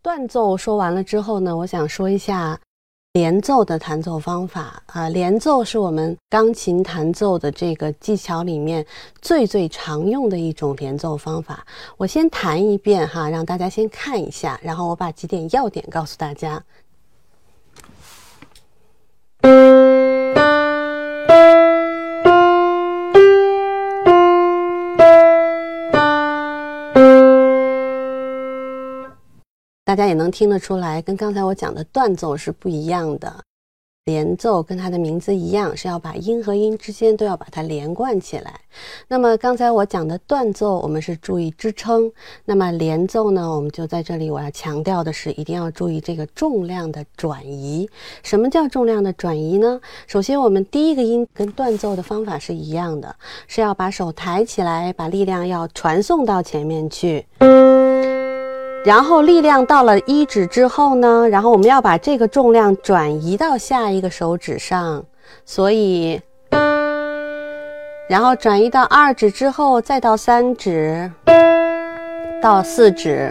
断奏说完了之后呢，我想说一下连奏的弹奏方法连奏是我们钢琴弹奏的这个技巧里面最常用的一种连奏方法。我先弹一遍哈，让大家先看一下，然后我把几点要点告诉大家。大家也能听得出来，跟刚才我讲的断奏是不一样的。连奏跟它的名字一样，是要把音和音之间都要把它连贯起来。那么刚才我讲的断奏，我们是注意支撑；那么连奏呢，我们就在这里我要强调的是，一定要注意这个重量的转移。什么叫重量的转移呢？首先，我们第一个音跟断奏的方法是一样的，是要把手抬起来，把力量要传送到前面去。然后力量到了1指之后呢，然后我们要把这个重量转移到下一个手指上，所以然后转移到2指之后，再到3指，到4指。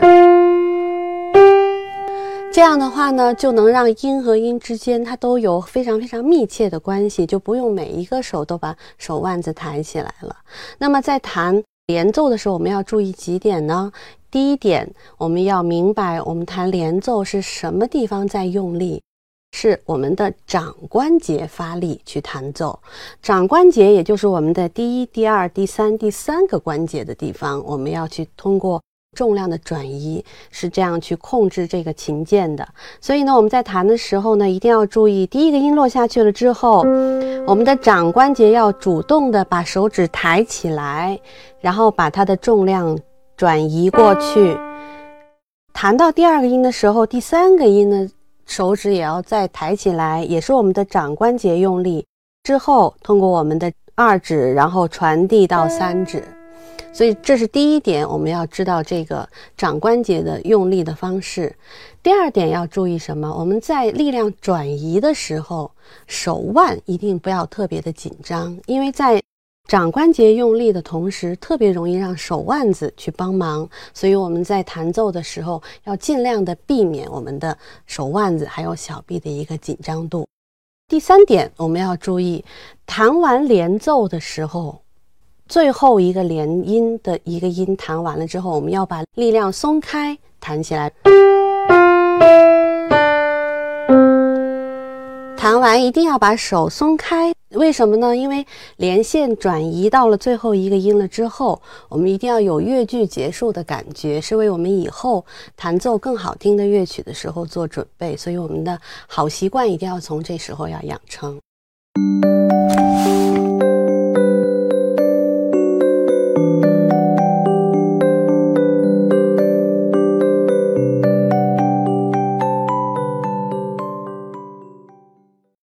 这样的话呢，就能让音和音之间它都有非常密切的关系，就不用每一个手都把手腕子抬起来了。那么在弹连奏的时候，我们要注意几点呢？第一点，我们要明白我们弹连奏是什么地方在用力，是我们的掌关节发力去弹奏。掌关节也就是我们的第1、第2、第3、第3个关节的地方，我们要去通过重量的转移，是这样去控制这个琴键的。所以呢，我们在弹的时候呢，一定要注意，第一个音落下去了之后，我们的掌关节要主动的把手指抬起来，然后把它的重量转移过去。弹到第2个音的时候，第3个音的手指也要再抬起来，也是我们的掌关节用力，之后通过我们的2指，然后传递到3指。所以这是第一点，我们要知道这个掌关节的用力的方式。第二点要注意什么？我们在力量转移的时候，手腕一定不要特别的紧张，因为在掌关节用力的同时，特别容易让手腕子去帮忙，所以我们在弹奏的时候要尽量的避免我们的手腕子还有小臂的一个紧张度。第3点我们要注意，弹完连奏的时候，最后一个连音的一个音弹完了之后，我们要把力量松开，弹起来。弹完一定要把手松开，为什么呢？因为连线转移到了最后一个音了之后，我们一定要有乐句结束的感觉，是为我们以后弹奏更好听的乐曲的时候做准备，所以我们的好习惯一定要从这时候要养成。